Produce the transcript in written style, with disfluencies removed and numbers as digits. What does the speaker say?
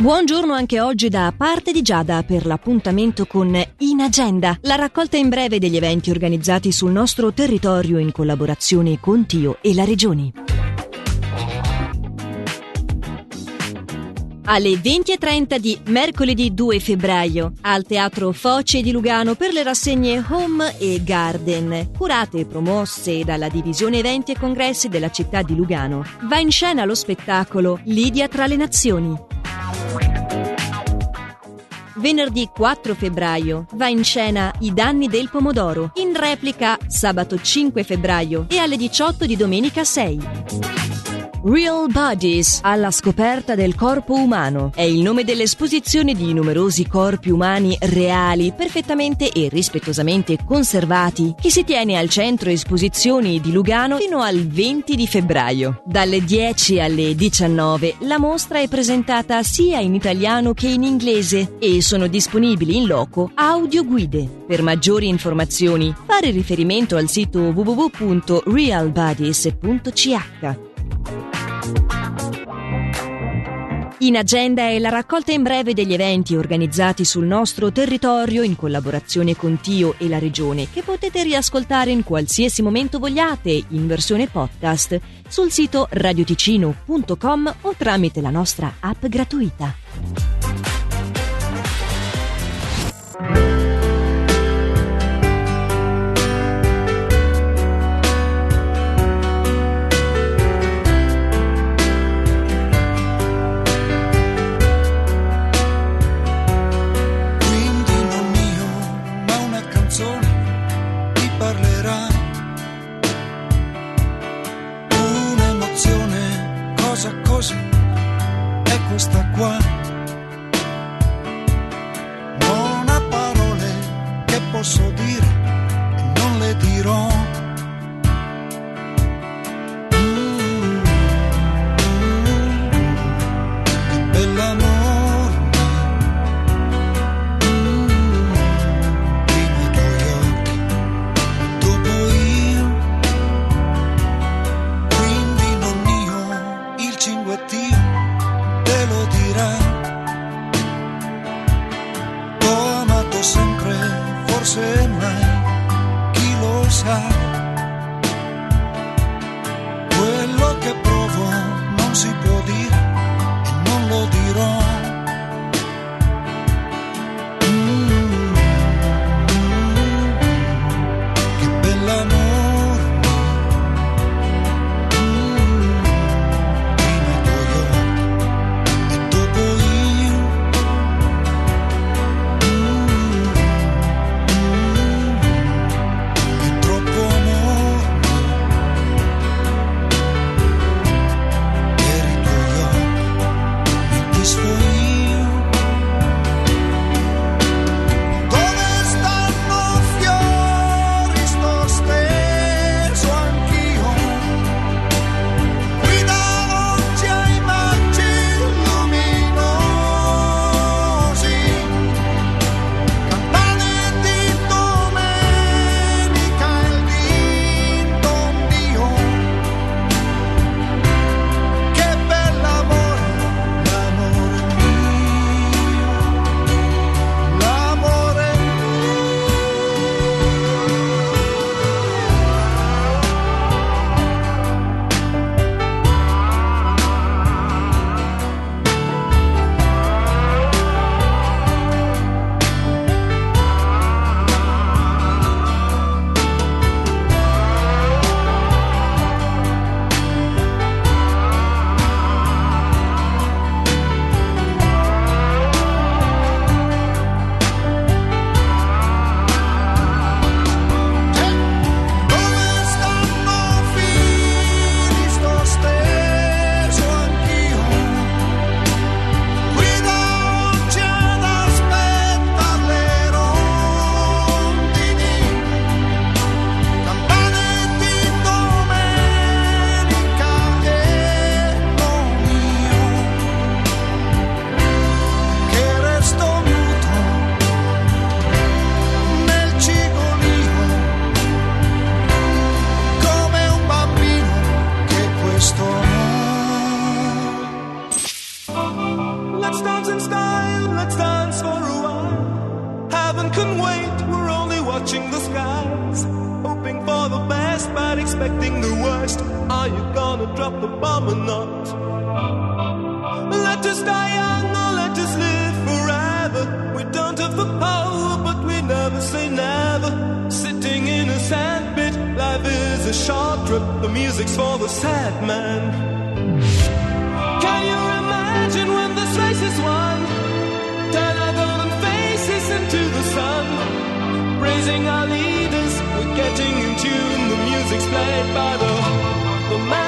Buongiorno anche oggi da parte di Giada per l'appuntamento con In Agenda, la raccolta in breve degli eventi organizzati sul nostro territorio in collaborazione con Tio e la Regione. Alle 20:30 di mercoledì 2 febbraio al Teatro Foce di Lugano per le rassegne Home e Garden, curate e promosse dalla Divisione Eventi e Congressi della città di Lugano. Va in scena lo spettacolo Lidia tra le Nazioni. Venerdì 4 febbraio va in scena I danni del pomodoro, in replica sabato 5 febbraio e alle 18 di domenica 6. Real Bodies, alla scoperta del corpo umano, è il nome dell'esposizione di numerosi corpi umani reali, perfettamente e rispettosamente conservati, che si tiene al centro esposizioni di Lugano fino al 20 di febbraio. Dalle 10 alle 19 la mostra è presentata sia in italiano che in inglese e sono disponibili in loco audioguide. Per maggiori informazioni fare riferimento al sito www.realbodies.ch. In Agenda è la raccolta in breve degli eventi organizzati sul nostro territorio in collaborazione con Tio e la Regione, che potete riascoltare in qualsiasi momento vogliate in versione podcast sul sito radioticino.com o tramite la nostra app gratuita. Ti parlerà un'emozione, cosa così è questa qua, non ha parole che posso dire e non le dirò. Che bell'amore. Te lo dirà, t'ho amato sempre, forse mai. expecting the worst. Are you gonna drop the bomb or not? Let us die young or let us live forever. We don't have the power, but we never say never. Sitting in a sandpit, life is a short trip. The music's for the sad man. Can you imagine when this race is won? Turn our golden faces into the sun. Praising our leaders, we're getting in tune. The music's played by the man.